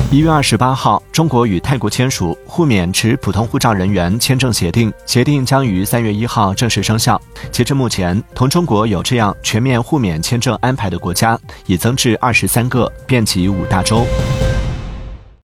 1月28号，中国与泰国签署互免持普通护照人员签证协定，协定将于3月1号正式生效。截至目前，同中国有这样全面互免签证安排的国家已增至23个，遍及5大洲。